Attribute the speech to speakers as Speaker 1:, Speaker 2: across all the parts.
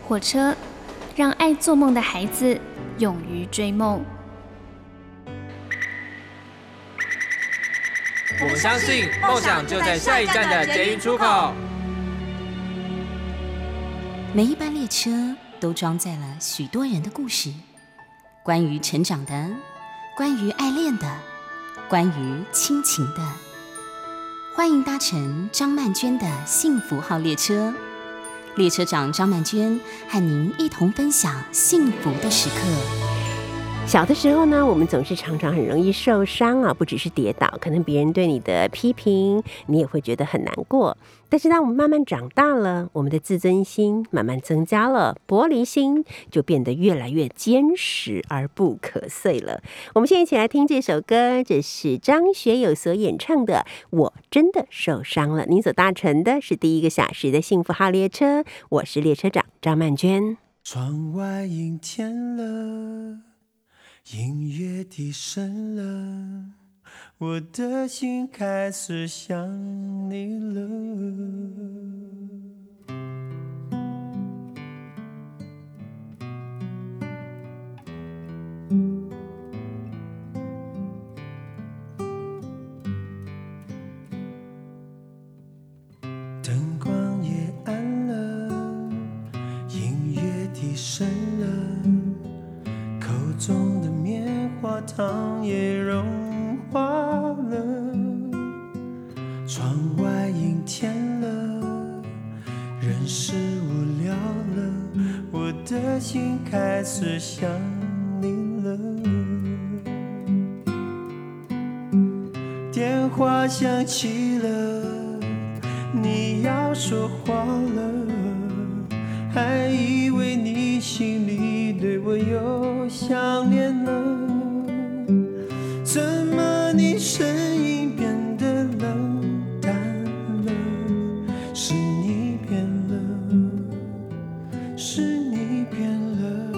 Speaker 1: 火车，让爱做梦的孩子勇于追梦。
Speaker 2: 我们相信梦想就在下一站的捷运出口。
Speaker 3: 每一班列车都装载了许多人的故事，关于成长的，关于爱恋的，关于亲情的。欢迎搭乘张曼娟的幸福号列车，列车长张曼娟和您一同分享幸福的时刻。
Speaker 4: 小的时候呢，我们总是常常很容易受伤啊，不只是跌倒，可能别人对你的批评，你也会觉得很难过。但是当我们慢慢长大了，我们的自尊心慢慢增加了，玻璃心就变得越来越坚实而不可碎了。我们现在一起来听这首歌，这是张学友所演唱的《我真的受伤了》。您所搭乘的是第一个小时的幸福号列车，我是列车长张曼娟。
Speaker 5: 窗外阴天了，音乐低声了，我的心开始想你了。灯光也暗了，音乐低声了，口中的棉花糖也融化了，窗外阴天了，人是无聊了，我的心开始想你了。电话响起了，你要说话了，还以为你心里对我有想念了，怎么你声音变得冷淡了？是你变了，是你变了。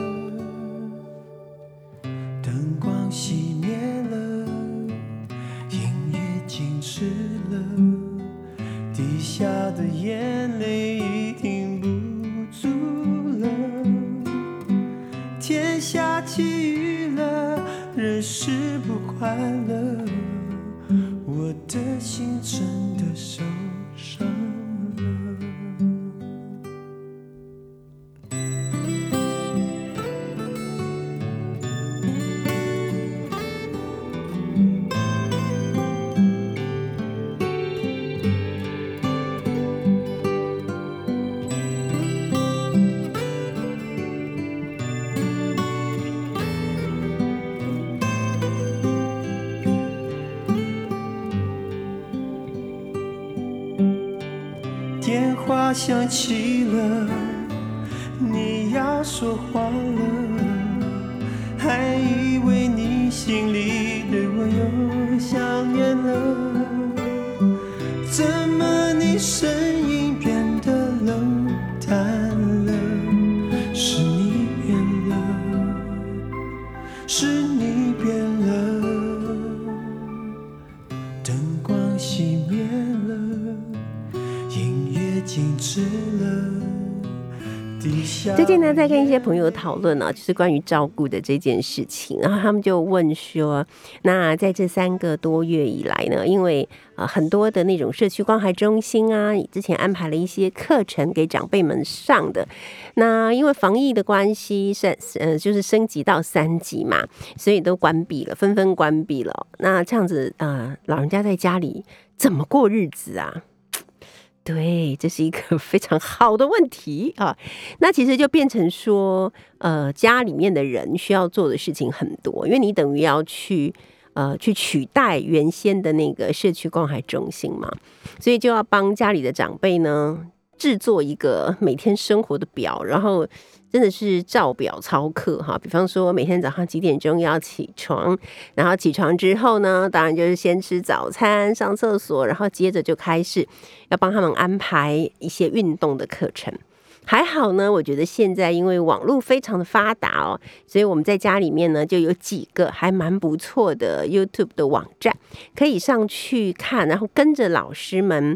Speaker 5: 灯光熄灭了，音乐静止了，滴下的眼泪已停不住了，天下起雨了，人是不快乐，我的心真的受伤了。电话响起了，你要说话了，还以为你心里对我有想念了，怎么你声音变得冷淡了？是你变了，是你变了，灯光熄灭了，音乐静止了。
Speaker 4: 最近呢，在跟一些朋友讨论呢，就是关于照顾的这件事情，然后他们就问说，那在这3个多月以来呢，因为很多的那种社区关怀中心啊，之前安排了一些课程给长辈们上的，那因为防疫的关系，就是升级到3级嘛，所以都关闭了，纷纷关闭了。那这样子老人家在家里怎么过日子啊？对，这是一个非常好的问题啊。那其实就变成说，家里面的人需要做的事情很多，因为你等于要去取代原先的那个社区关怀中心嘛，所以就要帮家里的长辈呢制作一个每天生活的表，然后真的是照表操课哈。比方说每天早上几点钟要起床，然后起床之后呢，当然就是先吃早餐、上厕所，然后接着就开始要帮他们安排一些运动的课程。还好呢，我觉得现在因为网络非常的发达哦，所以我们在家里面呢就有几个还蛮不错的 YouTube 的网站可以上去看，然后跟着老师们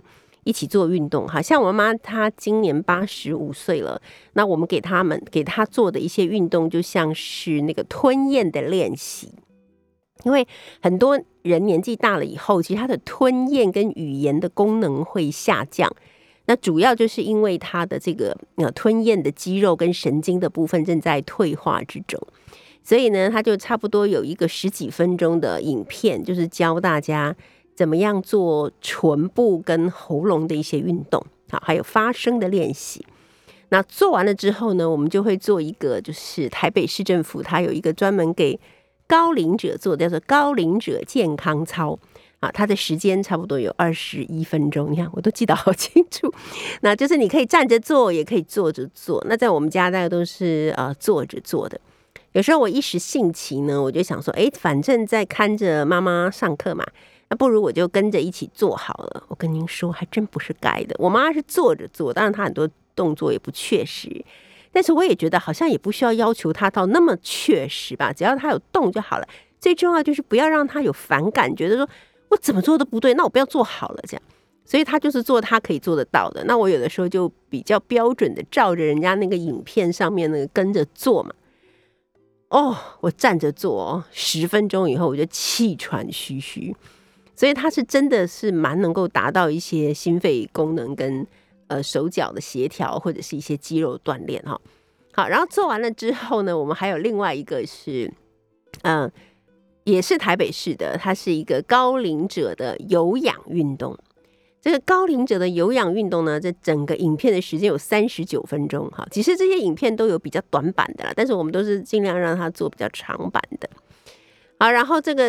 Speaker 4: 一起做运动哈。像我妈她今年85岁了，那我们给她做的一些运动，就像是那个吞咽的练习。因为很多人年纪大了以后，其实他的吞咽跟语言的功能会下降。那主要就是因为他的这个吞咽的肌肉跟神经的部分正在退化之中，所以呢，他就差不多有一个10几分钟的影片，就是教大家怎么样做唇部跟喉咙的一些运动，好，还有发声的练习。那做完了之后呢，我们就会做一个，就是台北市政府它有一个专门给高龄者做的，叫做高龄者健康操啊，它的时间差不多有21分钟，你看我都记得好清楚。那就是你可以站着做，也可以坐着做。那在我们家大家都是坐着做的。有时候我一时兴起呢，我就想说，反正在看着妈妈上课嘛，那不如我就跟着一起做好了。我跟您说，还真不是该的。我妈是坐着做，当然她很多动作也不确实。但是我也觉得好像也不需要求他到那么确实吧，只要他有动就好了。最重要就是不要让他有反感，觉得说我怎么做都不对，那我不要做好了这样。所以他就是做他可以做得到的。那我有的时候就比较标准的照着人家那个影片上面那个跟着做嘛。我站着做10分钟以后我就气喘吁吁。所以他是真的是蛮能够达到一些心肺功能跟手脚的协调，或者是一些肌肉锻炼哈。好，然后做完了之后呢，我们还有另外一个是，也是台北市的，它是一个高龄者的有氧运动。这个高龄者的有氧运动呢，这整个影片的时间有39分钟哈。其实这些影片都有比较短版的啦，但是我们都是尽量让它做比较长版的。好，然后这个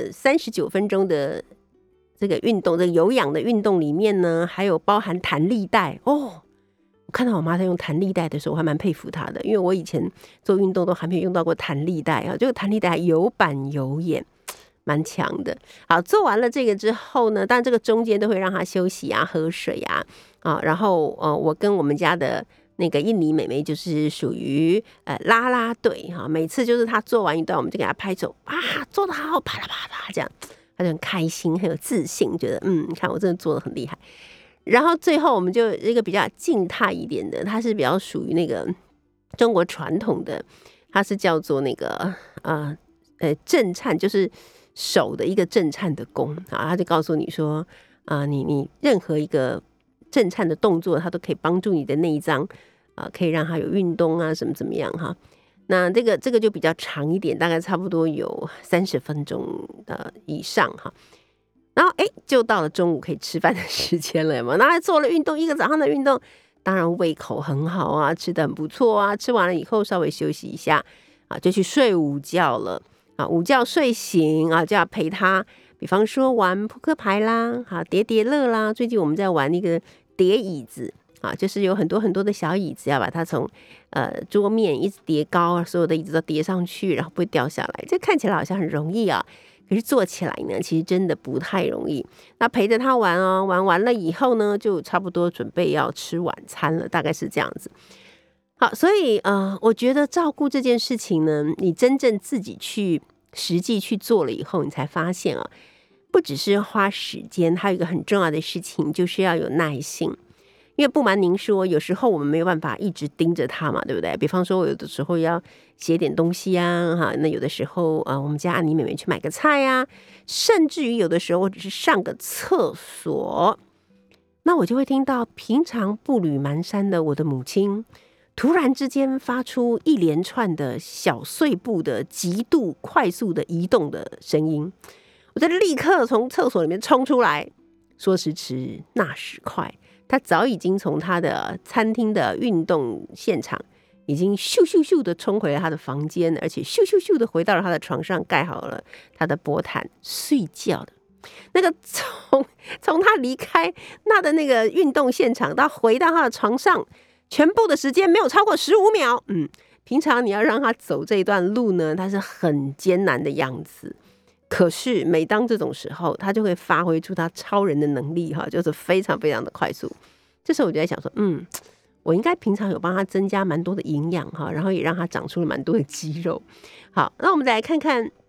Speaker 4: 39分钟的这个运动，这个有氧的运动里面呢，还有包含弹力带我看到我妈在用弹力带的时候，我还蛮佩服她的，因为我以前做运动都还没有用到过弹力带啊，这个弹力带有板有眼，蛮强的。好，做完了这个之后呢，当然这个中间都会让她休息啊、喝水啊，然后我跟我们家的那个印尼妹妹就是属于啦啦队哈，每次就是她做完一段，我们就给她拍手啊，做得好，啪啦啪啦这样。他就很开心，很有自信，觉得你看我真的做得很厉害。然后最后我们就一个比较静态一点的，它是比较属于那个中国传统的，它是叫做那个震颤，就是手的一个震颤的功啊。他就告诉你说你任何一个震颤的动作，它都可以帮助你的内脏可以让它有运动啊，什么怎么样哈。那这个就比较长一点，大概差不多有30分钟以上哈。然后就到了中午可以吃饭的时间了嘛。那做了运动，一个早上的运动，当然胃口很好啊，吃得很不错啊。吃完了以后稍微休息一下就去睡午觉了午觉睡醒就要陪他，比方说玩扑克牌啦，叠叠乐啦。最近我们在玩那个叠椅子就是有很多很多的小椅子，要把它从桌面一直叠高，所有的椅子都叠上去，然后不会掉下来。这看起来好像很容易可是做起来呢，其实真的不太容易。那陪着他玩玩完了以后呢，就差不多准备要吃晚餐了，大概是这样子。好，所以我觉得照顾这件事情呢，你真正自己去实际去做了以后，你才发现不只是花时间，还有一个很重要的事情，就是要有耐性。因为不瞒您说，有时候我们没有办法一直盯着他嘛，对不对？比方说我有的时候要写点东西那有的时候我们家安妮妹妹去买个菜甚至于有的时候我只是上个厕所，那我就会听到平常步履蹒跚的我的母亲突然之间发出一连串的小碎步的极度快速的移动的声音，我就立刻从厕所里面冲出来，说时迟那时快，他早已经从他的餐厅的运动现场已经咻咻咻的冲回了他的房间，而且咻咻咻的回到了他的床上，盖好了他的薄毯睡觉的。那个从他离开他的那个运动现场到回到他的床上，全部的时间没有超过15秒。平常你要让他走这一段路呢，他是很艰难的样子。可是每当这种时候，他就会发挥出他超人的能力就是非常非常的快速。这时候我就在想说我应该平常有帮他增加蛮多的营养然后也让他长出了蛮多的肌肉。好，那我们再来看看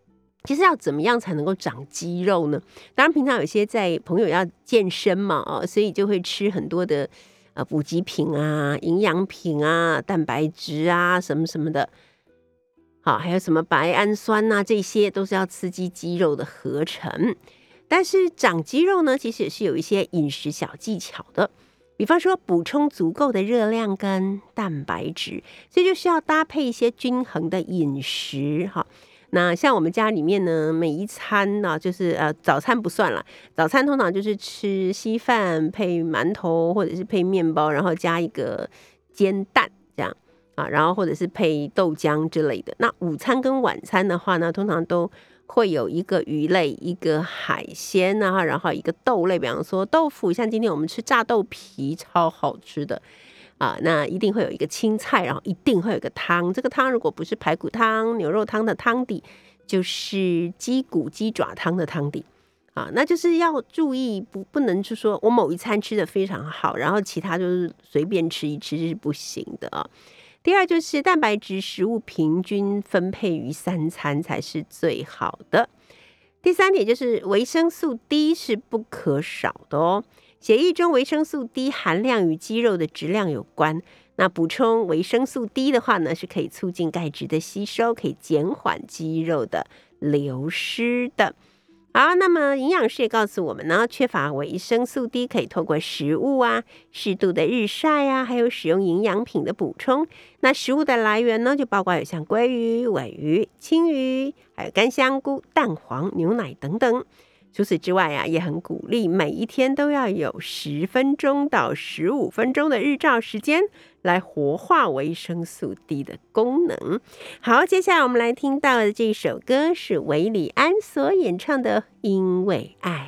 Speaker 4: 其实要怎么样才能够长肌肉呢？当然，平常有些朋友要健身嘛，所以就会吃很多的补给品啊、营养品啊、蛋白质啊什么什么的。好，还有什么白氨酸啊，这些都是要刺激肌肉的合成。但是长肌肉呢，其实也是有一些饮食小技巧的。比方说补充足够的热量跟蛋白质，所以就需要搭配一些均衡的饮食哈。那像我们家里面呢，每一餐呢，就是早餐不算了，早餐通常就是吃稀饭配馒头或者是配面包，然后加一个煎蛋这样啊，然后或者是配豆浆之类的。那午餐跟晚餐的话呢，通常都会有一个鱼类、一个海鲜啊，然后一个豆类，比方说豆腐，像今天我们吃炸豆皮，超好吃的。那一定会有一个青菜，然后一定会有一个汤。这个汤如果不是排骨汤、牛肉汤的汤底，就是鸡骨鸡爪汤的汤底那就是要注意不能就说我某一餐吃的非常好，然后其他就是随便吃一吃，这是不行的第二就是蛋白质食物平均分配于3餐才是最好的。第三点就是维生素 D 是不可少的血液中维生素 D 含量与肌肉的质量有关，那补充维生素 D 的话呢，是可以促进钙质的吸收，可以减缓肌肉的流失的。好，那么营养师也告诉我们呢，缺乏维生素 D 可以透过食物适度的日晒还有使用营养品的补充。那食物的来源呢，就包括有像鲑鱼、鲔鱼、青鱼，还有干香菇、蛋黄、牛奶等等。除此之外也很鼓励每一天都要有10分钟到15分钟的日照时间来活化维生素 D 的功能。好，接下来我们来听到的这首歌是韦礼安所演唱的《因为爱》。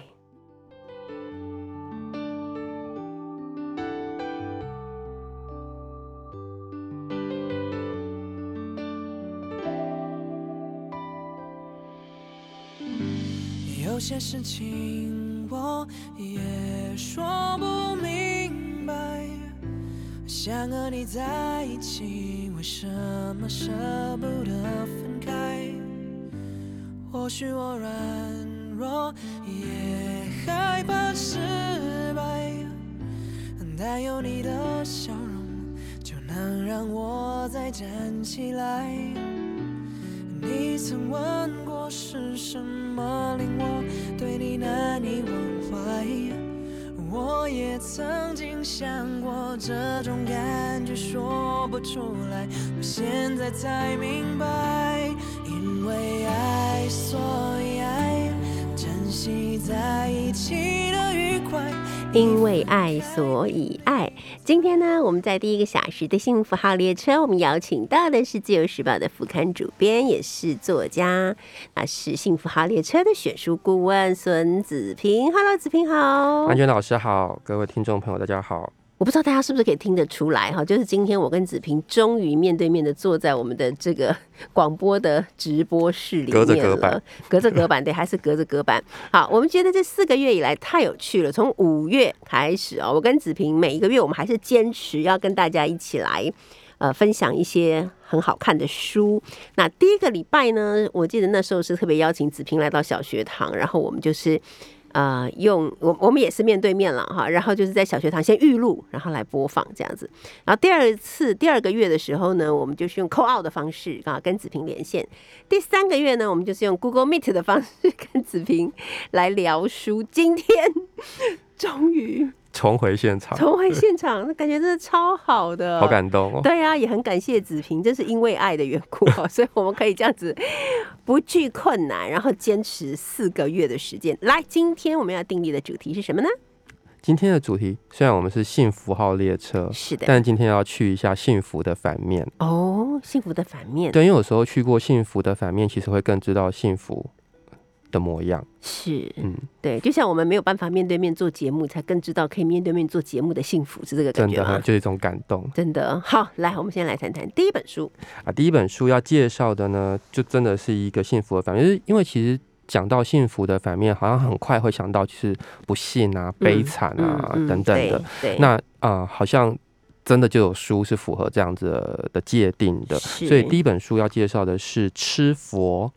Speaker 5: 有些事情我也说不明白，想和你在一起，为什么舍不得分开？或许我软弱，也害怕失败，但有你的笑容，就能让我再站起来。你曾问过是什么令我对你难以忘怀，我也曾经想过这种感觉说不出来，我现在才明白，因为爱所以爱，珍惜在一起的愉快，
Speaker 4: 因为爱所以爱。今天呢，我们在第1个小时的幸福号列车，我们邀请到的是自由时报的副刊主编，也是作家，那是幸福号列车的选书顾问孙子平。Hello， 子平好。
Speaker 2: 安娟老师好，各位听众朋友大家好。
Speaker 4: 我不知道大家是不是可以听得出来就是今天我跟子平终于面对面的坐在我们的这个广播的直播室里面了，隔着隔板对，还是隔着隔板。好，我们觉得这4个月以来太有趣了，从5月开始我跟子平每一个月我们还是坚持要跟大家一起来分享一些很好看的书。那第1个礼拜呢，我记得那时候是特别邀请子平来到小学堂，然后我们就是我们也是面对面了然后就是在小学堂先预录，然后来播放这样子。然后第2个月的时候呢，我们就是用 call out 的方式跟子平连线。第3个月呢，我们就是用 Google Meet 的方式跟子平来聊书。今天终于
Speaker 2: 重回现场，
Speaker 4: 那感觉真的超好的，
Speaker 2: 好感动
Speaker 4: 对也很感谢子平，真是因为爱的缘故所以我们可以这样子不惧困难，然后坚持4个月的时间。来，今天我们要定义的主题是什么呢？
Speaker 2: 今天的主题虽然我们是幸福号列车，
Speaker 4: 是的，
Speaker 2: 但今天要去一下幸福的反面。
Speaker 4: 幸福的反面，
Speaker 2: 对，因为有时候去过幸福的反面，其实会更知道幸福的模样。
Speaker 4: 是，对，就像我们没有办法面对面做节目，才更知道可以面对面做节目的幸福，是这个感觉吗？
Speaker 2: 真的就是一种感动，
Speaker 4: 真的。好，来，我们先来谈谈第1本书
Speaker 2: 第1本书要介绍的呢，就真的是一个幸福的反面，因为其实讲到幸福的反面，好像很快会想到就是不幸悲惨等等的。
Speaker 4: 对，
Speaker 2: 那好像真的就有书是符合这样子的界定的。所以第1本书要介绍的是《吃佛》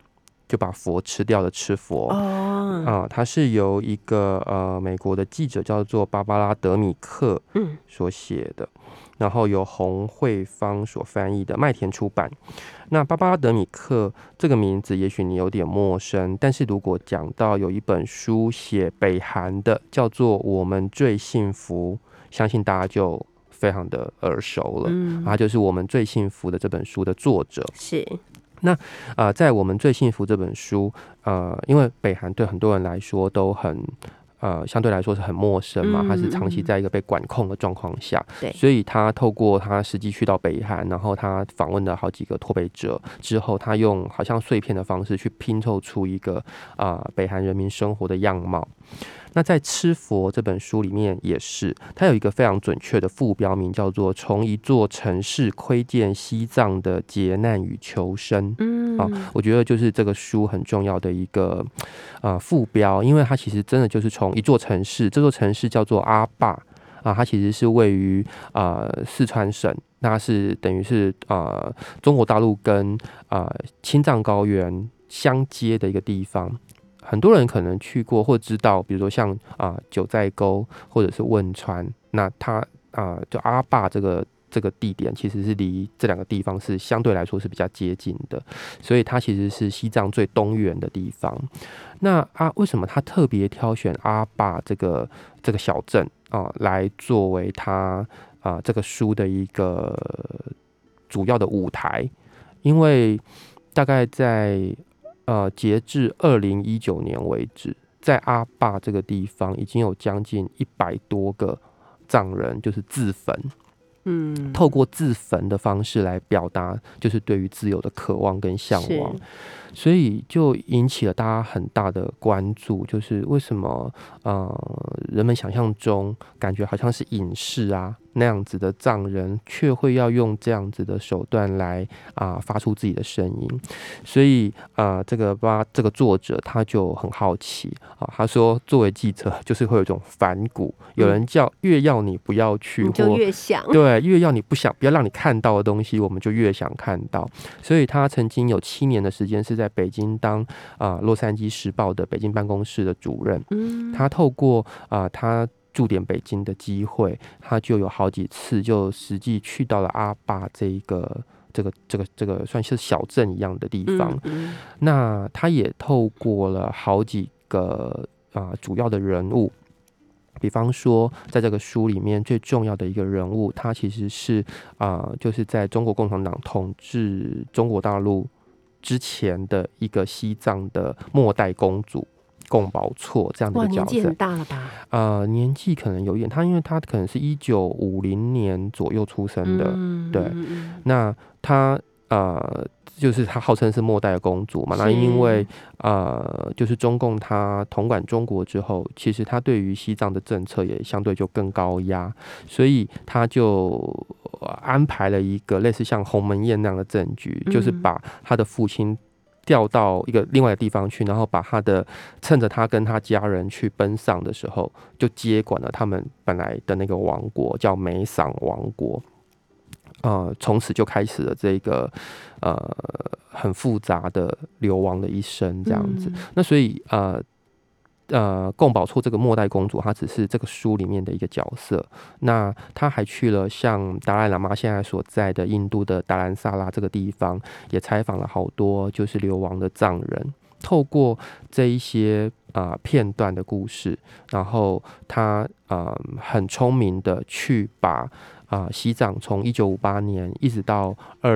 Speaker 2: 就把佛吃掉的吃佛它是由一个美国的记者叫做芭芭拉·德米克所写的，然后由洪慧芳所翻译的，麦田出版。那芭芭拉·德米克这个名字也许你有点陌生，但是如果讲到有一本书写北韩的，叫做《我们最幸福》，相信大家就非常的耳熟了。他就是《我们最幸福》的这本书的作者。
Speaker 4: 是。
Speaker 2: 那在《我们最幸福》这本书，因为北韩对很多人来说都很相对来说是很陌生嘛，他是长期在一个被管控的状况下，所以他透过他实际去到北韩，然后他访问了好几个脱北者之后，他用好像碎片的方式去拼凑出一个北韩人民生活的样貌。那在《吃佛》这本书里面也是，它有一个非常准确的副标名，叫做“从一座城市窥见西藏的劫难与求生”。我觉得就是这个书很重要的一个副标，因为它其实真的就是从一座城市，这座城市叫做阿坝它其实是位于四川省，那是等于是中国大陆跟青藏高原相接的一个地方。很多人可能去过或知道，比如说像九寨沟或者是汶川，那它就阿坝这个地点其实是离这两个地方是相对来说是比较接近的，所以它其实是西藏最东缘的地方。那为什么他特别挑选阿坝这个小镇来作为他这个书的一个主要的舞台？因为大概在截至2019年为止，在阿坝这个地方已经有将近100多个藏人就是自焚。透过自焚的方式来表达就是对于自由的渴望跟向往，所以就引起了大家很大的关注，就是为什么人们想象中感觉好像是隐士那样子的藏人，却会要用这样子的手段来发出自己的声音。所以这个作者他就很好奇他说作为记者就是会有一种反骨，有人越要你不要去，
Speaker 4: 你就越想，
Speaker 2: 对，越要你不要让你看到的东西，我们就越想看到。所以他曾经有7年的时间是在北京当洛杉矶时报的北京办公室的主任。他透过他驻点北京的机会，他就有好几次就实际去到了阿坝这个算是小镇一样的地方。那他也透过了好几个主要的人物，比方说在这个书里面最重要的一个人物，他其实是就是在中国共产党统治中国大陆之前的一个西藏的末代公主贡宝措这样的一个角色。
Speaker 4: 年纪很大了吧？
Speaker 2: 年纪可能有一点，因为他可能是1950年左右出生的。对，那他就是他号称是末代的公主嘛，那因为就是中共他统管中国之后，其实他对于西藏的政策也相对就更高压，所以他就安排了一个类似像鸿门宴那样的政局，就是把他的父亲调到一个另外的地方去，然后把趁着他跟他家人去奔丧的时候，就接管了他们本来的那个王国，叫梅桑王国。从此就开始了这个很复杂的流亡的一生这样子。那所以贡宝措这个末代公主，她只是这个书里面的一个角色。那她还去了像达赖喇嘛现在所在的印度的达兰萨拉这个地方，也采访了好多就是流亡的藏人。透过这一些片段的故事，然后她很聪明的去把西藏从1958年一直到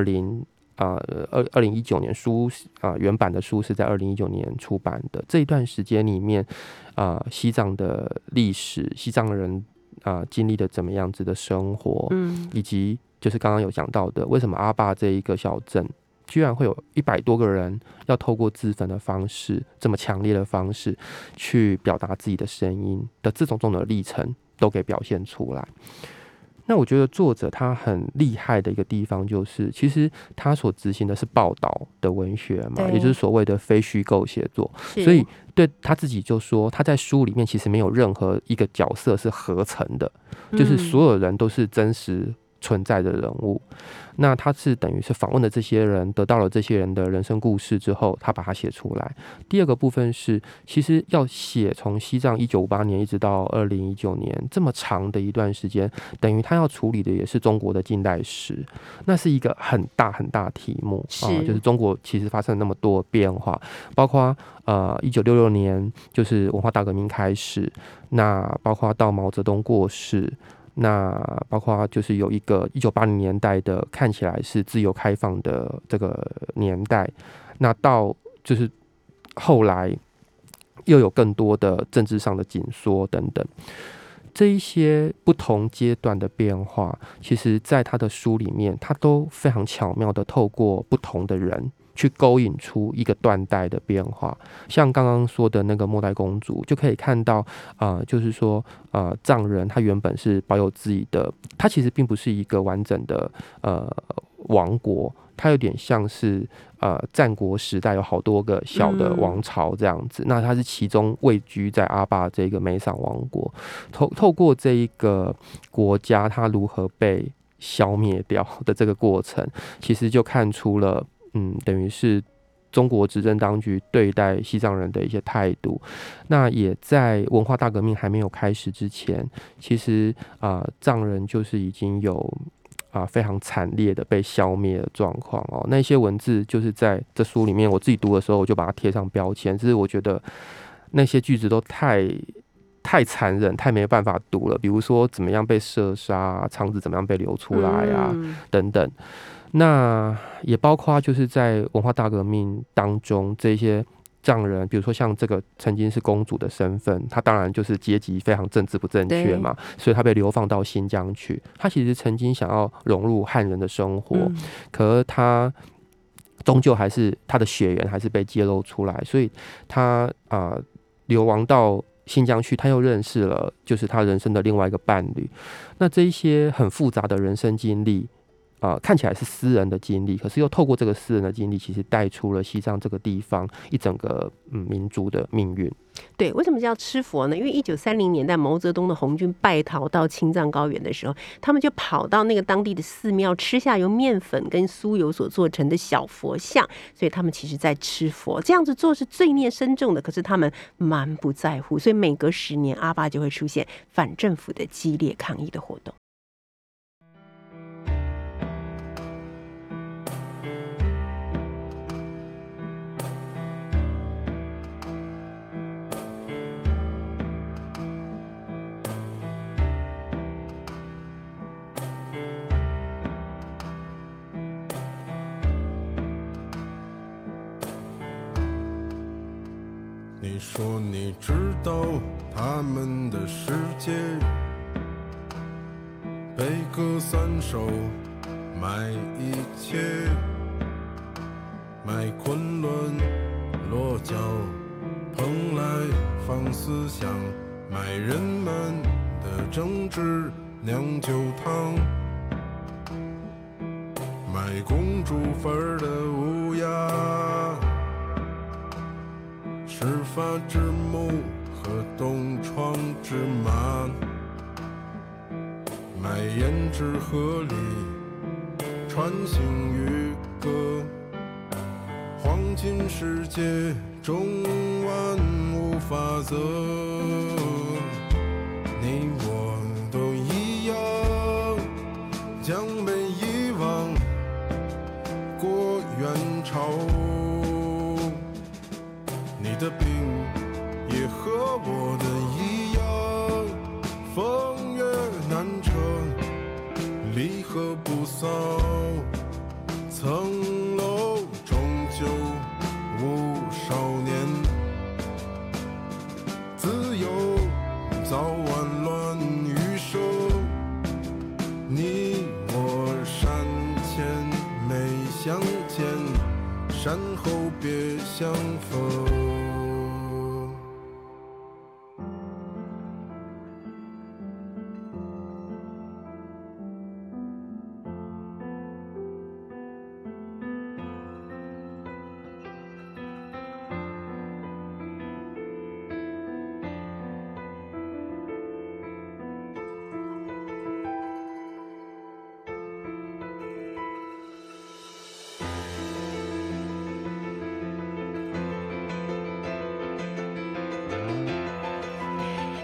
Speaker 2: 2019年书原版的书是在2019年出版的这一段时间里面，西藏的历史，西藏人经历的怎么样子的生活，以及就是刚刚有讲到的，为什么阿坝这一个小镇居然会有100多个人要透过自焚的方式，这么强烈的方式去表达自己的声音的这种的历程都给表现出来。那我觉得作者他很厉害的一个地方，就是其实他所执行的是报道的文学嘛，也就是所谓的非虚构写作，所以对他自己就说，他在书里面其实没有任何一个角色是合成的，就是所有人都是真实存在的人物。那他是等于是访问的这些人，得到了这些人的人生故事之后，他把它写出来。第二个部分是，其实要写从西藏1958年一直到2019年这么长的一段时间，等于他要处理的也是中国的近代史，那是一个很大很大的题目就是中国其实发生了那么多变化，包括1966年就是文化大革命开始，那包括到毛泽东过世。那包括就是有一个1980年代的看起来是自由开放的这个年代，那到就是后来又有更多的政治上的紧缩等等，这一些不同阶段的变化，其实在他的书里面，他都非常巧妙的透过不同的人去勾引出一个断代的变化。像刚刚说的那个末代公主，就可以看到就是说藏人他原本是保有自己的，他其实并不是一个完整的王国，它有点像是战国时代有好多个小的王朝这样子，那它是其中位居在阿坝这个梅桑王国，透过这一个国家它如何被消灭掉的这个过程，其实就看出了等于是中国执政当局对待西藏人的一些态度。那也在文化大革命还没有开始之前，其实藏人就是已经有非常惨烈的被消灭的状况哦。那些文字就是在这书里面，我自己读的时候我就把它贴上标签，只是我觉得那些句子都太残忍，太没办法读了。比如说怎么样被射杀，肠子怎么样被流出来等等。那也包括就是在文化大革命当中，这些藏人，比如说像这个曾经是公主的身份，她当然就是阶级非常政治不正确嘛，所以她被流放到新疆去。她其实曾经想要融入汉人的生活，可是她终究还是她的血缘还是被揭露出来，所以她流亡到新疆去，他又认识了就是他人生的另外一个伴侣。那这一些很复杂的人生经历看起来是私人的经历，可是又透过这个私人的经历，其实带出了西藏这个地方一整个民族的命运。
Speaker 4: 对，为什么叫吃佛呢？因为1930年代毛泽东的红军败逃到青藏高原的时候，他们就跑到那个当地的寺庙，吃下由面粉跟酥油所做成的小佛像，所以他们其实在吃佛。这样子做是罪孽深重的，可是他们蛮不在乎，所以每隔10年，阿坝就会出现反政府的激烈抗议的活动。
Speaker 5: 你说你知道他们的世界，悲歌3首卖一切，卖昆仑落脚，蓬莱放思想，卖人们的政治酿酒汤，卖公主坟的乌鸦，始发之木和东窗之马，卖胭脂河里穿行渔歌，黄金世界中万物法则，你我都一样，将被遗忘过元朝，你的病也和我的一样，风月难测，离合不骚，层楼终究无少年，自由早晚乱余生，你我山前没相见，山后别相逢。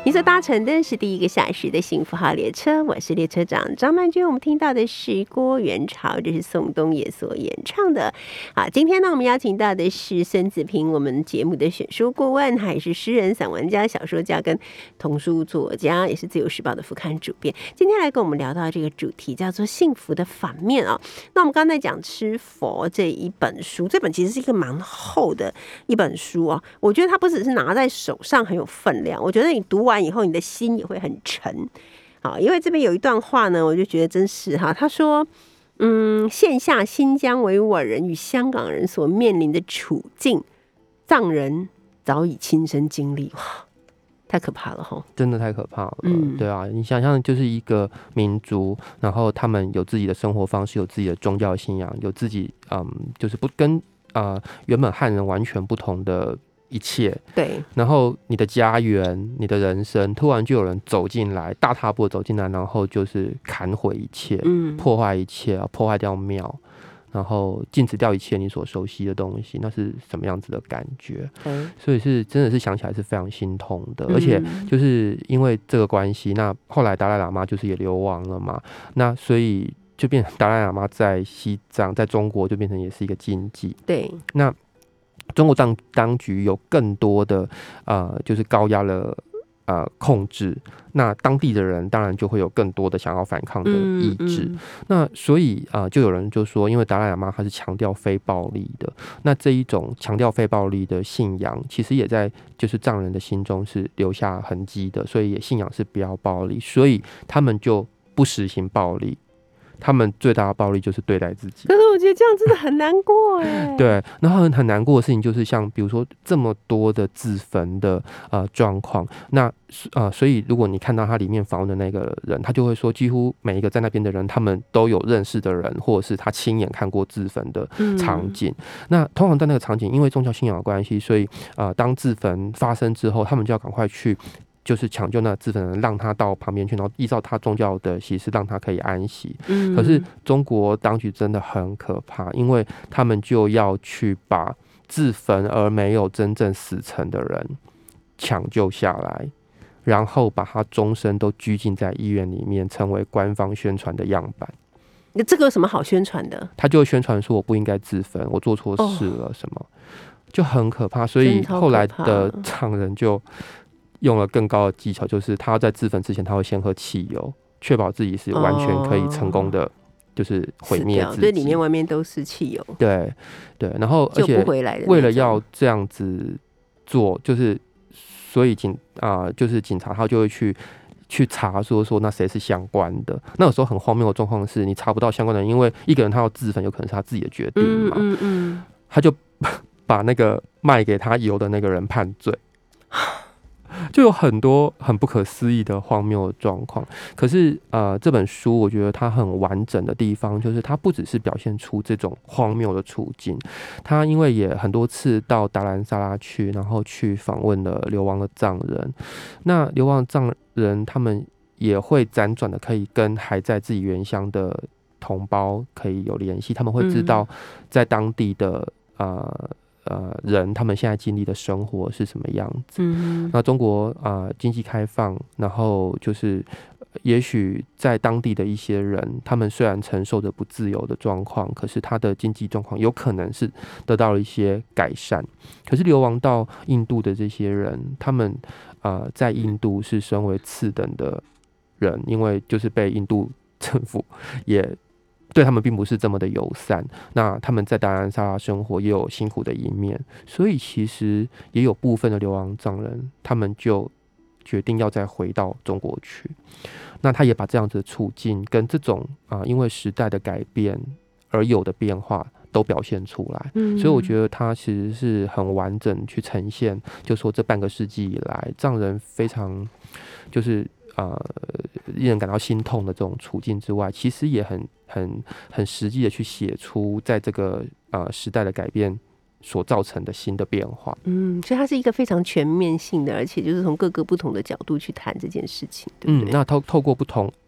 Speaker 4: 你所搭乘的是第1个小时的幸福号列车，我是列车长张曼君。我们听到的是郭元潮，这是宋冬野所演唱的。好，今天呢，我们邀请到的是孙子平，我们节目的选书顾问，还是诗人、散文家、小说家跟童书作家，也是自由时报的副刊主编。今天来跟我们聊到这个主题叫做幸福的反面啊。那我们刚才讲《吃佛》这一本书，这本其实是一个蛮厚的一本书啊。我觉得它不只是拿在手上很有分量，我觉得你读完以后，你的心也会很沉。好，因为这边有一段话呢，我就觉得真是哈，他说，现下新疆维吾尔人与香港人所面临的处境，藏人早已亲身经历，哇，太可怕了哈！真的
Speaker 2: 太可怕了，对啊，你想象就是一个民族，然后他们有自己的生活方式，有自己的宗教信仰，有自己就是不跟原本汉人完全不同的一切，
Speaker 4: 对，
Speaker 2: 然后你的家园、你的人生，突然就有人走进来，大踏步走进来，然后就是砍毁一切，破坏一切，破坏掉庙，然后禁止掉一切你所熟悉的东西，那是什么样子的感觉？所以是真的是想起来是非常心痛的，而且就是因为这个关系，那后来达赖喇嘛就是也流亡了嘛，那所以就变成达赖喇嘛在西藏，在中国就变成也是一个禁忌。
Speaker 4: 对，
Speaker 2: 那中国当局有更多的就是高压的控制，那当地的人当然就会有更多的想要反抗的意志。那所以就有人就说，因为达赖喇嘛他是强调非暴力的，那这一种强调非暴力的信仰，其实也在就是藏人的心中是留下痕迹的，所以也信仰是不要暴力，所以他们就不实行暴力。他们最大的暴力就是对待自己，
Speaker 4: 可是我觉得这样真的很难过哎。
Speaker 2: 对，然后很难过的事情就是像比如说这么多的自焚的状况，那所以如果你看到他里面访问的那个人，他就会说，几乎每一个在那边的人，他们都有认识的人，或者是他亲眼看过自焚的场景。那通常在那个场景，因为宗教信仰的关系，所以当自焚发生之后，他们就要赶快去。就是抢救那自焚人，让他到旁边去，然后依照他宗教的习俗，让他可以安息。可是中国当局真的很可怕，因为他们就要去把自焚而没有真正死成的人抢救下来，然后把他终身都拘禁在医院里面，成为官方宣传的样板。
Speaker 4: 这个有什么好宣传的？
Speaker 2: 他就会宣传说我不应该自焚，我做错事了什么，就很可怕。所以后来的藏人就用了更高的技巧，就是他要在自焚之前，他会先喝汽油，确保自己是完全可以成功的，就是毁灭自己。
Speaker 4: 对，里面外面都是汽油。
Speaker 2: 对对，然后而且为了要这样子做，就是所以就是警察他就会去查说那谁是相关的。那有时候很荒谬的状况是，你查不到相关的人，因为一个人他要自焚，有可能是他自己的决定嘛。他就把那个卖给他油的那个人判罪。就有很多很不可思议的荒谬的状况。可是这本书我觉得它很完整的地方，就是它不只是表现出这种荒谬的处境，它因为也很多次到达兰萨拉去，然后去访问了流亡的藏人。那流亡的藏人他们也会辗转的可以跟还在自己原乡的同胞可以有联系，他们会知道在当地的人他们现在经历的生活是什么样子。那中国经济开放，然后就是也许在当地的一些人，他们虽然承受着不自由的状况，可是他的经济状况有可能是得到了一些改善。可是流亡到印度的这些人，他们在印度是身为次等的人，因为就是被印度政府也对他们并不是这么的友善，那他们在达兰萨拉生活也有辛苦的一面，所以其实也有部分的流亡藏人，他们就决定要再回到中国去。那他也把这样子的处境跟这种因为时代的改变而有的变化都表现出来。所以我觉得他其实是很完整去呈现，就说这半个世纪以来藏人非常就是令人感到心痛的这种处境之外，其实也很实际的去写出在这个时代的改变所造成的新的变化。
Speaker 4: 所以它是一个非常全面性的，而且就是从各个不同的角度去谈这件事情，对不对？
Speaker 2: 那透过不同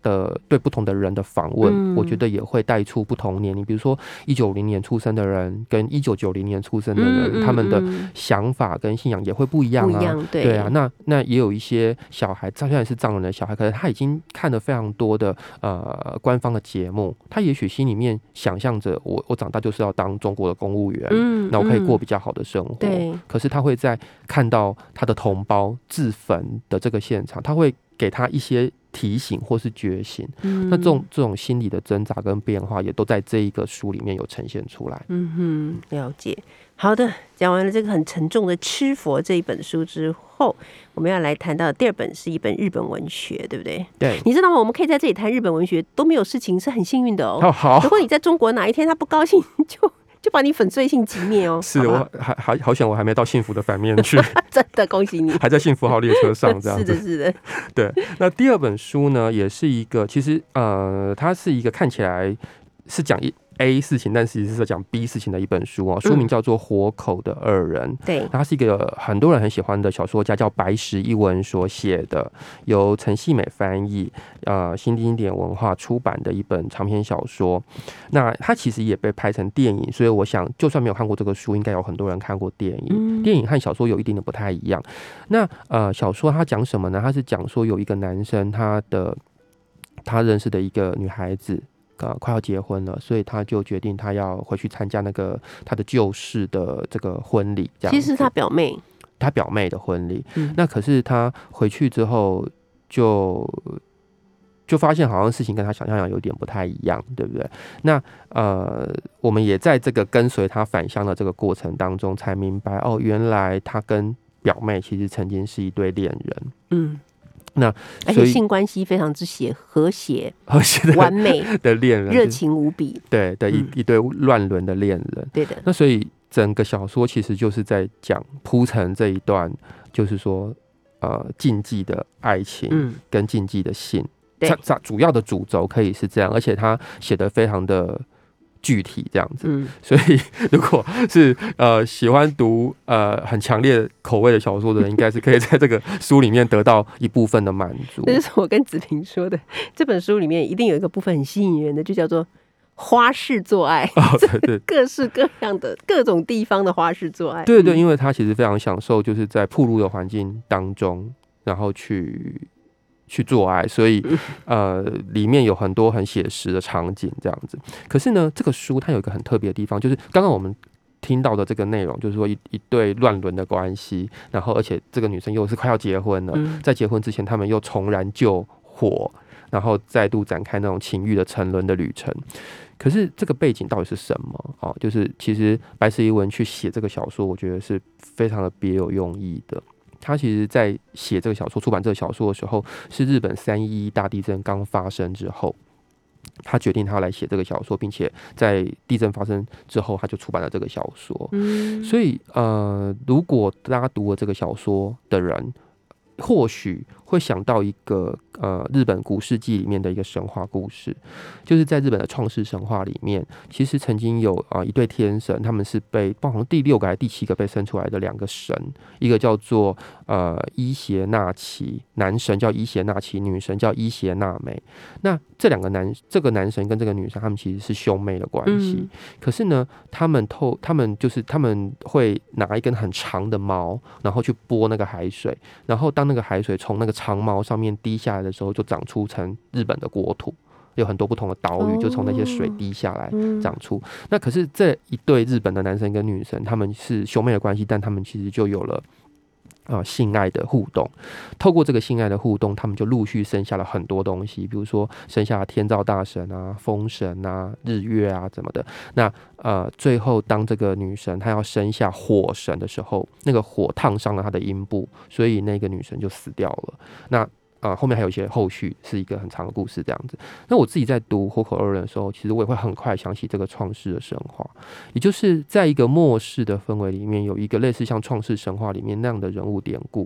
Speaker 2: 对不同的人的访问，我觉得也会带出不同年龄，比如说1950年出生的人跟1990年出生的人，他们的想法跟信仰也会不一样啊。对啊，那也有一些小孩，他虽然是藏人的小孩，可是他已经看了非常多的官方的节目，他也许心里面想象着我长大就是要当中国的公务员，那我可以过比较好的生活。可是他会在看到他的同胞自焚的这个现场，他会给他一些提醒或是觉醒，那这种心理的挣扎跟变化也都在这一个书里面有呈现出来。
Speaker 4: 了解。好的，讲完了这个很沉重的《吃佛》这一本书之后，我们要来谈到第二本是一本日本文学，对不对？
Speaker 2: 对，
Speaker 4: 你知道吗？我们可以在这里谈日本文学都没有事情，是很幸运的哦。
Speaker 2: 好，
Speaker 4: 如果你在中国哪一天他不高兴，就把你粉碎性击灭哦。
Speaker 2: 是，我好想我还没到幸福的反面去，
Speaker 4: 真的恭喜你，
Speaker 2: 还在幸福号列车上这样子。
Speaker 4: 是的。
Speaker 2: 对，那第二本书呢，也是一个，其实它是一个看起来是讲A 事情，但其实是讲 B 事情的一本书书名叫做《活口的二人》。
Speaker 4: 对，
Speaker 2: 它是一个很多人很喜欢的小说家叫白石一文所写的，由陈细美翻译，新经典文化出版的一本长篇小说。那它其实也被拍成电影，所以我想，就算没有看过这个书，应该有很多人看过电影。电影和小说有一点点不太一样。那小说它讲什么呢？它是讲说有一个男生，他认识的一个女孩子。快要结婚了，所以他就决定他要回去参加那个他的旧识的这个婚礼。这样，
Speaker 4: 其实是他表妹的婚礼。
Speaker 2: 那可是他回去之后就发现好像事情跟他想象有点不太一样，对不对？那我们也在这个跟随他返乡的这个过程当中，才明白原来他跟表妹其实曾经是一对恋人。那
Speaker 4: 而且性关系非常之和谐完美
Speaker 2: 的恋人，
Speaker 4: 热情无比，
Speaker 2: 对的一对乱伦的恋人。
Speaker 4: 对的。
Speaker 2: 那所以整个小说其实就是在讲铺陈这一段，就是说禁忌的爱情跟禁忌的性，主要的主轴可以是这样，而且他写得非常的具体这样子。所以如果是喜欢读很强烈口味的小说的人，应该是可以在这个书里面得到一部分的满足。
Speaker 4: 这是我跟子平说的，这本书里面一定有一个部分很吸引人的，就叫做花式做爱。对，各式各样的各种地方的花式做爱。
Speaker 2: 对，因为他其实非常享受就是在暴露的环境当中，然后去做爱，所以里面有很多很写实的场景这样子。可是呢，这个书它有一个很特别的地方，就是刚刚我们听到的这个内容，就是说一对乱伦的关系，然后而且这个女生又是快要结婚了，在结婚之前他们又重燃旧火，然后再度展开那种情欲的沉沦的旅程。可是这个背景到底是什么？就是其实白石一文去写这个小说，我觉得是非常的别有用意的。他其实在写这个小说、出版这个小说的时候，是日本3.11大地震刚发生之后，他决定他来写这个小说，并且在地震发生之后，他就出版了这个小说。所以如果大家读了这个小说的人，或许会想到一个日本古世纪里面的一个神话故事，就是在日本的创世神话里面，其实曾经有一对天神，他们是被好像第6个还是第7个被生出来的2个神，一个叫做伊邪那岐，男神叫伊邪那岐，女神叫伊邪那美。那这个男神跟这个女神，他们其实是兄妹的关系。可是呢，他们会拿一根很长的矛，然后去拨那个海水，然后当那个海水从那个长矛上面滴下来的时候，就长出成日本的国土，有很多不同的岛屿就从那些水滴下来长出。那可是这一对日本的男神跟女神，他们是兄妹的关系，但他们其实就有了性爱的互动。透过这个性爱的互动，他们就陆续生下了很多东西，比如说生下了天照大神啊、风神啊、日月啊什么的。那最后当这个女神她要生下火神的时候，那个火烫伤了她的阴部，所以那个女神就死掉了。那后面还有一些后续，是一个很长的故事这样子。那我自己在读《活口二人》的时候，其实我也会很快想起这个创世的神话，也就是在一个末世的氛围里面，有一个类似像创世神话里面那样的人物典故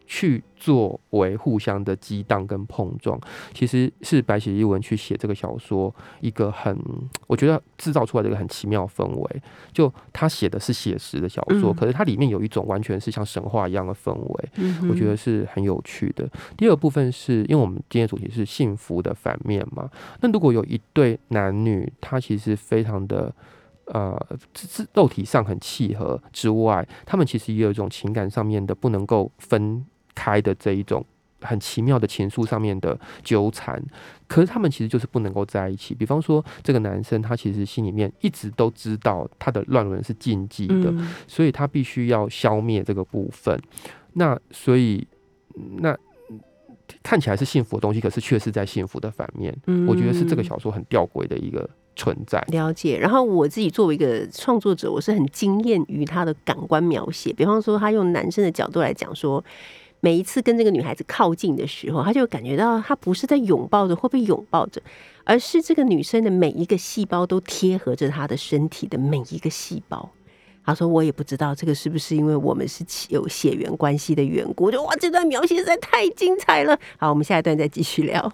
Speaker 2: 去作为互相的激荡跟碰撞，其实是白喜一文去写这个小说一个我觉得制造出来的一个很奇妙氛围。就他写的是写实的小说，可是它里面有一种完全是像神话一样的氛围，我觉得是很有趣的。第二部分是因为我们今天的主题是幸福的反面嘛，那如果有一对男女，他其实非常的肉体上很契合之外，他们其实也有一种情感上面的不能够分开的这一种很奇妙的情愫上面的纠缠，可是他们其实就是不能够在一起。比方说这个男生他其实心里面一直都知道他的乱伦是禁忌的，所以他必须要消灭这个部分。那所以那看起来是幸福的东西，可是却是在幸福的反面。我觉得是这个小说很吊诡的一个存在。
Speaker 4: 了解。然后我自己作为一个创作者，我是很惊艳于他的感官描写。比方说他用男生的角度来讲说，每一次跟这个女孩子靠近的时候，他就感觉到他不是在拥抱着或被拥抱着，而是这个女生的每一个细胞都贴合着她的身体的每一个细胞。他说我也不知道这个是不是因为我们是有血缘关系的缘故。我觉得哇，这段描写实在太精彩了。好，我们下一段再继续聊。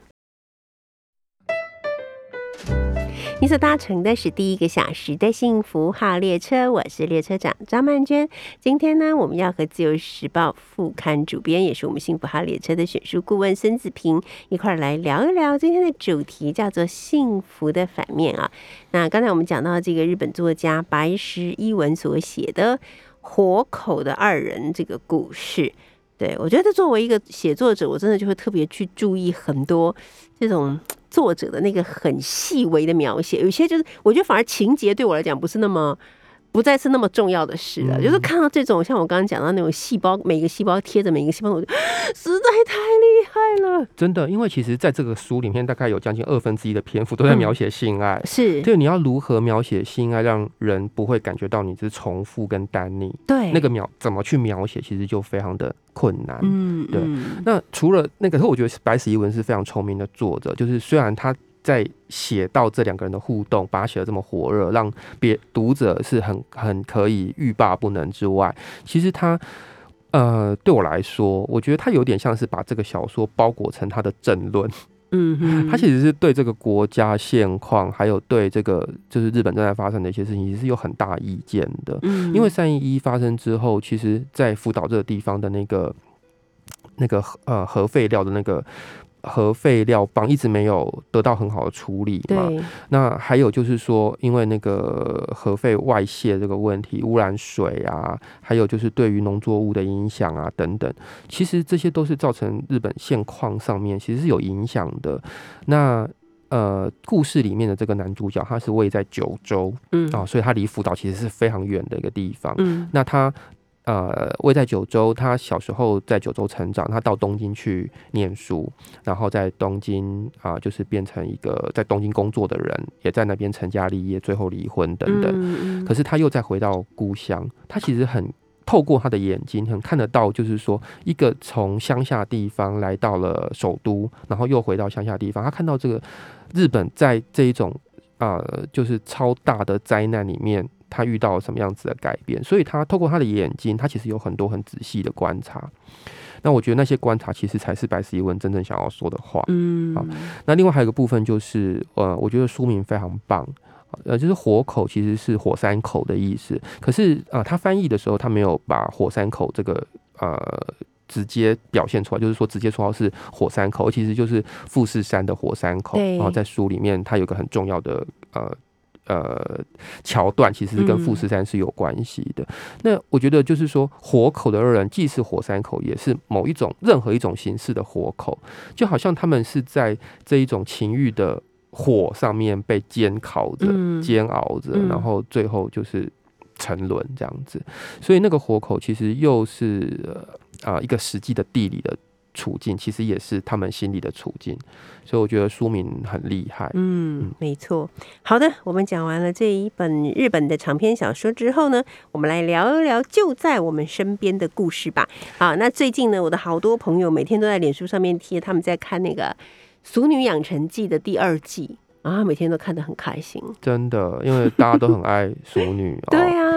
Speaker 4: 你所搭乘的是第1个小时的幸福号列车，我是列车长张曼娟。今天呢，我们要和自由时报副刊主编，也是我们幸福号列车的选书顾问孙子平一块来聊一聊今天的主题，叫做幸福的反面啊。那刚才我们讲到这个日本作家白石一文所写的《活口的二人》这个故事。对，我觉得作为一个写作者，我真的就会特别去注意很多这种作者的那个很细微的描写。有些就是我觉得反而情节对我来讲不再是那么重要的事了，就是看到这种像我刚刚讲到那种细胞，每个细胞贴着每个细胞，我就实在太厉害了，真
Speaker 2: 的。因为其实在这个书里面，大概有将近1/2的篇幅都在描写性爱，
Speaker 4: 是
Speaker 2: 对，你要如何描写性爱，让人不会感觉到你是重复跟单逆，
Speaker 4: 对，
Speaker 2: 那个怎么去描写，其实就非常的困难。对。那除了那个，我觉得白石一文是非常聪明的作者，就是虽然他在写到这两个人的互动，把它写得这么火热，让读者是很可以欲罢不能之外，其实他对我来说，我觉得他有点像是把这个小说包裹成他的政论。他其实是对这个国家现况，还有对这个就是日本正在发生的一些事情，其实是有很大意见的。因为311发生之后，其实在福岛这个地方的那个核废料的那个核废料棒一直没有得到很好的处理嘛。那还有就是说，因为那个核废外泄这个问题，污染水啊，还有就是对于农作物的影响啊等等，其实这些都是造成日本现况上面其实是有影响的。那故事里面的这个男主角，他是位在九州，所以他离福岛其实是非常远的一个地方。那他位在九州，他小时候在九州成长，他到东京去念书，然后在东京就是变成一个在东京工作的人，也在那边成家立业，最后离婚等等。可是他又再回到故乡，他其实很透过他的眼睛，很看得到，就是说一个从乡下地方来到了首都，然后又回到乡下地方，他看到这个日本在这一种就是超大的灾难里面，他遇到了什么样子的改变，所以他透过他的眼睛，他其实有很多很仔细的观察。那我觉得那些观察其实才是白石一文真正想要说的话。那另外还有一个部分就是，我觉得书名非常棒，就是火口其实是火山口的意思，可是他翻译的时候，他没有把火山口这个直接表现出来，就是说直接说是火山口，其实就是富士山的火山口。然后在书里面，它有个很重要的桥段，其实跟富士山是有关系的。那我觉得就是说，火口的二人既是火山口，也是任何一种形式的火口，就好像他们是在这一种情欲的火上面被煎烤着、煎熬着，然后最后就是沉沦这样子。所以那个火口其实又是一个实际的地理的处境，其实也是他们心里的处境。所以我觉得书名很厉害。
Speaker 4: 没错。好的，我们讲完了这一本日本的长篇小说之后呢，我们来聊一聊就在我们身边的故事吧。好，那最近呢，我的好多朋友每天都在脸书上面贴他们在看那个《俗女养成记》的第2季，然后每天都看得很开心。
Speaker 2: 真的，因为大家都很爱俗女。
Speaker 4: 对啊。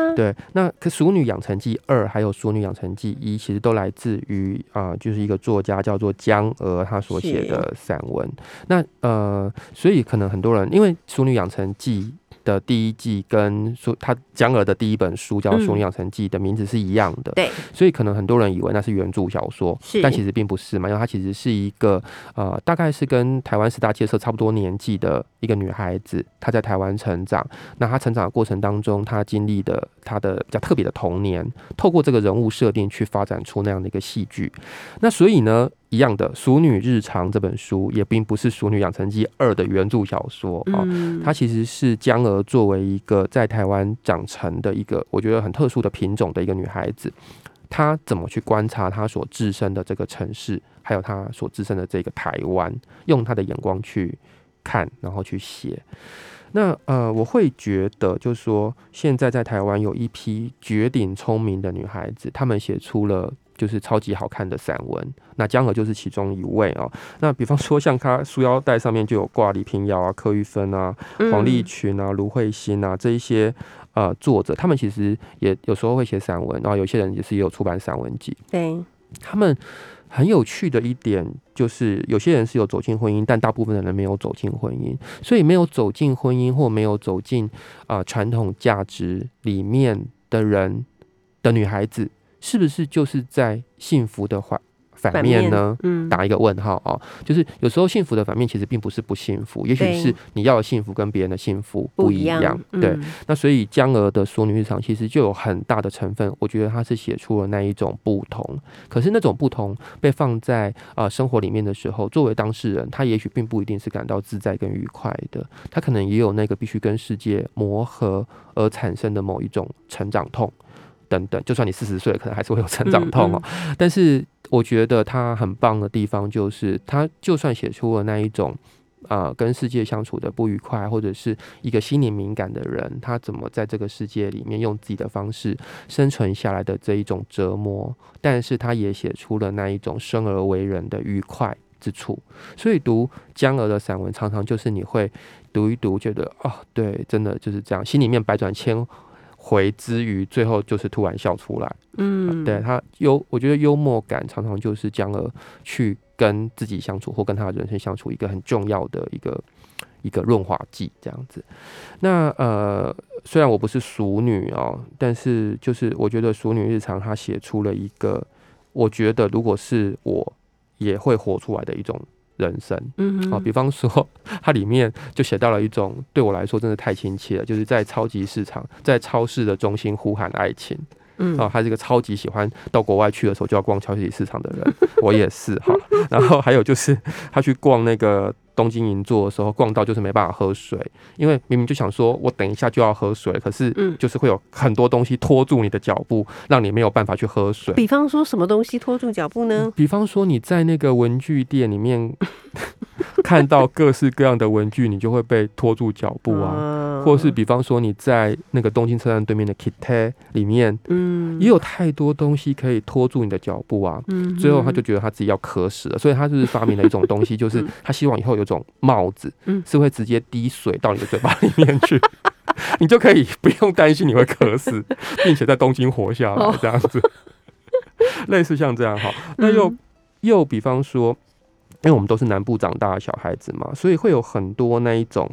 Speaker 4: 啊。
Speaker 2: 对，那可《熟女养成记2》还有《熟女养成记1》，其实都来自于就是一个作家叫做江娥他所写的散文。那所以可能很多人因为《熟女养成记》的第1季跟他江娥的第1本书叫《熟女养成记》的名字是一样的，
Speaker 4: 对，
Speaker 2: 所以可能很多人以为那是原著小说，但其实并不是嘛，因为它其实是一个大概是跟台湾10大街社差不多年纪的一个女孩子，她在台湾成长，那她成长的过程当中，她经历的她的比较特别的童年，透过这个人物设定去发展出那样的一个戏剧。那所以呢，一样的，《熟女日常》这本书也并不是《熟女养成记2》的原著小说它其实是江娥作为一个在台湾长成的一个我觉得很特殊的品种的一个女孩子，她怎么去观察她所置身的这个城市，还有她所置身的这个台湾，用她的眼光去看，然后去写。那我会觉得就是说，现在在台湾有一批绝顶聪明的女孩子，她们写出了就是超级好看的散文，那江娥就是其中一位那比方说像她书腰带上面就有挂李屏瑶啊、柯玉芬啊、黄丽群啊、卢慧欣啊这一些作者，他们其实也有时候会写散文，然后有些人也是也有出版散文集。
Speaker 4: 对，
Speaker 2: 他们很有趣的一点就是，有些人是有走进婚姻，但大部分的人没有走进婚姻。所以没有走进婚姻或没有走进传统价值里面的人的女孩子，是不是就是在幸福的反面呢？打一个问号就是有时候幸福的反面其实并不是不幸福，也许是你要的幸福跟别人的幸福不一样。对，那所以江娥的《熟女日常》其实就有很大的成分，我觉得她是写出了那一种不同。可是那种不同被放在生活里面的时候，作为当事人，他也许并不一定是感到自在跟愉快的，他可能也有那个必须跟世界磨合而产生的某一种成长痛。等等，就算你40岁，可能还是会有成长痛但是我觉得他很棒的地方就是，他就算写出了那一种跟世界相处的不愉快，或者是一个心灵敏感的人，他怎么在这个世界里面用自己的方式生存下来的这一种折磨，但是他也写出了那一种生而为人的愉快之处。所以读江娥的散文，常常就是你会读一读，觉得对，真的就是这样，心里面百转千回之余，最后就是突然笑出来。对他我觉得幽默感常常就是江娥去跟自己相处或跟他的人生相处一个很重要的一个润滑剂，这样子。那虽然我不是熟女但是就是我觉得《熟女日常》他写出了一个，我觉得如果是我也会活出来的一种人生。比方说它里面就写到了一种对我来说真的太亲切了，就是在超级市场，在超市的中心呼喊爱情。他是一个超级喜欢到国外去的时候就要逛超级市场的人，我也是然后还有就是他去逛那个东京银座的时候，逛到就是没办法喝水，因为明明就想说我等一下就要喝水，可是就是会有很多东西拖住你的脚步，让你没有办法去喝水。
Speaker 4: 比方说什么东西拖住脚步呢？
Speaker 2: 比方说你在那个文具店里面看到各式各样的文具，你就会被拖住脚步或是比方说你在那个东京车站对面的 Kitty 里面，也有太多东西可以拖住你的脚步最后他就觉得他自己要渴死了，所以他就是发明了一种东西，就是他希望以后有种帽子是会直接滴水到你的嘴巴里面去你就可以不用担心你会渴死，并且在东京活下来这样子类似像这样那又比方说，因为我们都是南部长大的小孩子嘛，所以会有很多那一种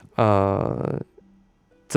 Speaker 2: 怎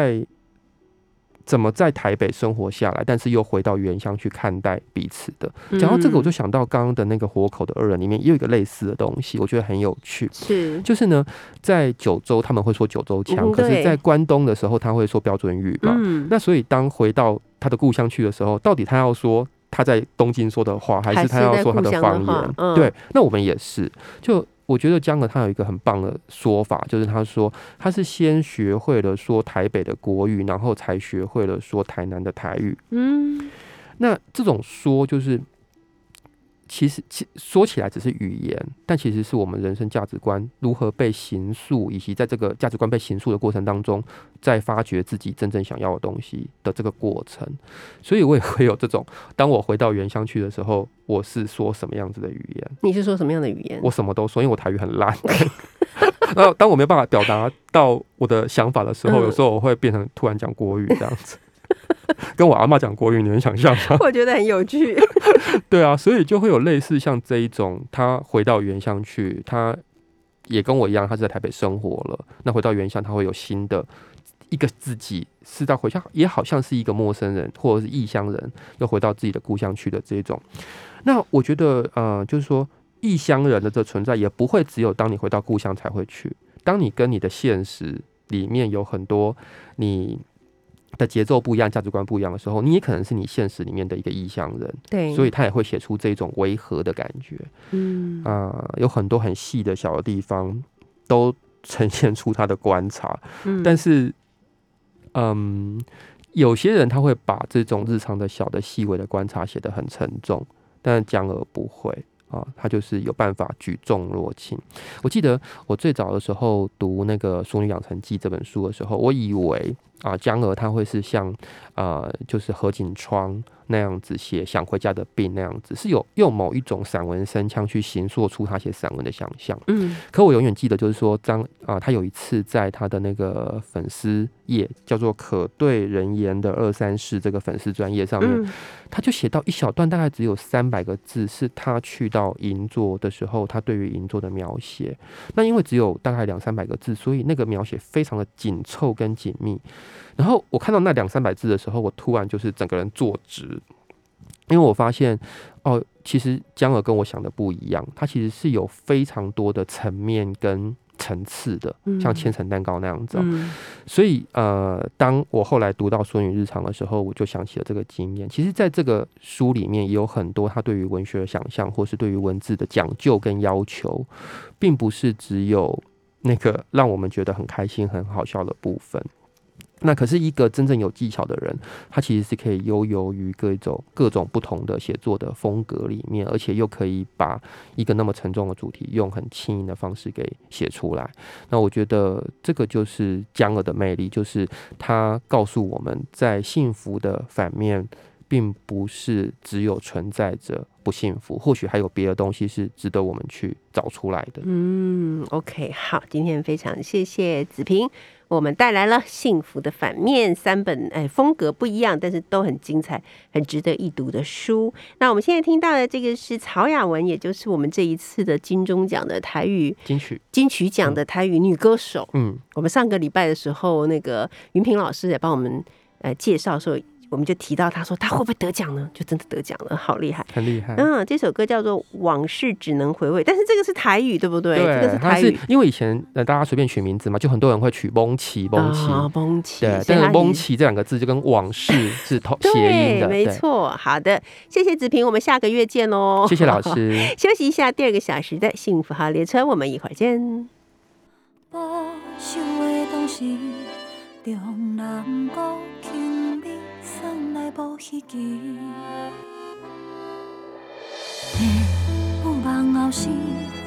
Speaker 2: 么在台北生活下来，但是又回到原乡去看待彼此的。讲到这个，我就想到刚刚的那个活口的2人里面也有一个类似的东西，我觉得很有趣。就是呢，在九州他们会说九州腔，可是在关东的时候他会说标准语嘛。那所以当回到他的故乡去的时候，到底他要说他在东京说的话，还是他要说他的方言？对，那我们也是。就我觉得江娥他有一个很棒的说法，就是他说他是先学会了说台北的国语，然后才学会了说台南的台语。那这种说就是其实说起来只是语言，但其实是我们人生价值观如何被形塑，以及在这个价值观被形塑的过程当中，在发掘自己真正想要的东西的这个过程。所以我也会有这种，当我回到原乡去的时候，我是说什么样子的语言？
Speaker 4: 你是说什么样的语言？
Speaker 2: 我什么都说，因为我台语很烂。然后当我没有办法表达到我的想法的时候，有时候我会变成突然讲国语这样子。 跟我阿嬷讲国语，你能想象吗？
Speaker 4: 我觉得很有趣。
Speaker 2: 对啊，所以就会有类似像这一种，他回到原乡去，他也跟我一样，他是在台北生活了。那回到原乡，他会有新的一个自己，是在回乡，也好像是一个陌生人或者是异乡人，又回到自己的故乡去的这种。那我觉得，就是说异乡人的这存在，也不会只有当你回到故乡才会去。当你跟你的现实里面有很多你的节奏不一样、价值观不一样的时候，你也可能是你现实里面的一个异乡人。
Speaker 4: 对，
Speaker 2: 所以他也会写出这种违和的感觉。有很多很细的小的地方都呈现出他的观察。但是，有些人他会把这种日常的小的细微的观察写得很沉重，但江儿不会。他就是有办法举重若轻。我记得我最早的时候读那个《淑女养成记》这本书的时候，我以为江儿他会是像就是何锦窗那样子写想回家的病那样子，是有用某一种散文声腔去形塑出他写散文的想象。可我永远记得就是说他有一次在他的那个粉丝页叫做可对人言的2-3事这个粉丝专页上面，他就写到一小段大概只有300个字，是他去到银座的时候他对于银座的描写。那因为只有大概200-300个字，所以那个描写非常的紧凑跟紧密。然后我看到那200-300字的时候，我突然就是整个人坐直，因为我发现其实江儿跟我想的不一样，他其实是有非常多的层面跟层次的，像千层蛋糕那样子。所以当我后来读到《淑女日常》的时候，我就想起了这个经验。其实在这个书里面也有很多他对于文学的想象，或是对于文字的讲究跟要求，并不是只有那个让我们觉得很开心很好笑的部分。那可是一个真正有技巧的人，他其实是可以悠游于各种不同的写作的风格里面，而且又可以把一个那么沉重的主题用很轻盈的方式给写出来。那我觉得这个就是江儿的魅力，就是他告诉我们在幸福的反面并不是只有存在着不幸福，或许还有别的东西是值得我们去找出来的。
Speaker 4: OK， 好，今天非常谢谢子萍，我们带来了幸福的反面3本，风格不一样，但是都很精彩，很值得一读的书。那我们现在听到的这个是曹雅雯，也就是我们这一次的金钟奖的台语金曲奖的台语女歌手。我们上个礼拜的时候，那个云平老师也帮我们介绍说，我们就提到他说他会不会得奖呢？就真的得奖了，好厉害，
Speaker 2: 很厉害。
Speaker 4: 这首歌叫做《往事只能回味》，但是这个是台语，对不对？
Speaker 2: 对，
Speaker 4: 这个是台语。
Speaker 2: 因为以前大家随便取名字嘛，就很多人会取蒙奇，对，但是蒙奇这2个字就跟往事是谐音的，
Speaker 4: 没错。好的，谢谢子萍，我们下个月见喽。
Speaker 2: 谢谢老师。
Speaker 4: 休息一下，第2个小时的幸福号列车，我们一会儿见。
Speaker 6: 无想的当时，中人孤轻你送来无希冀，梦梦后世。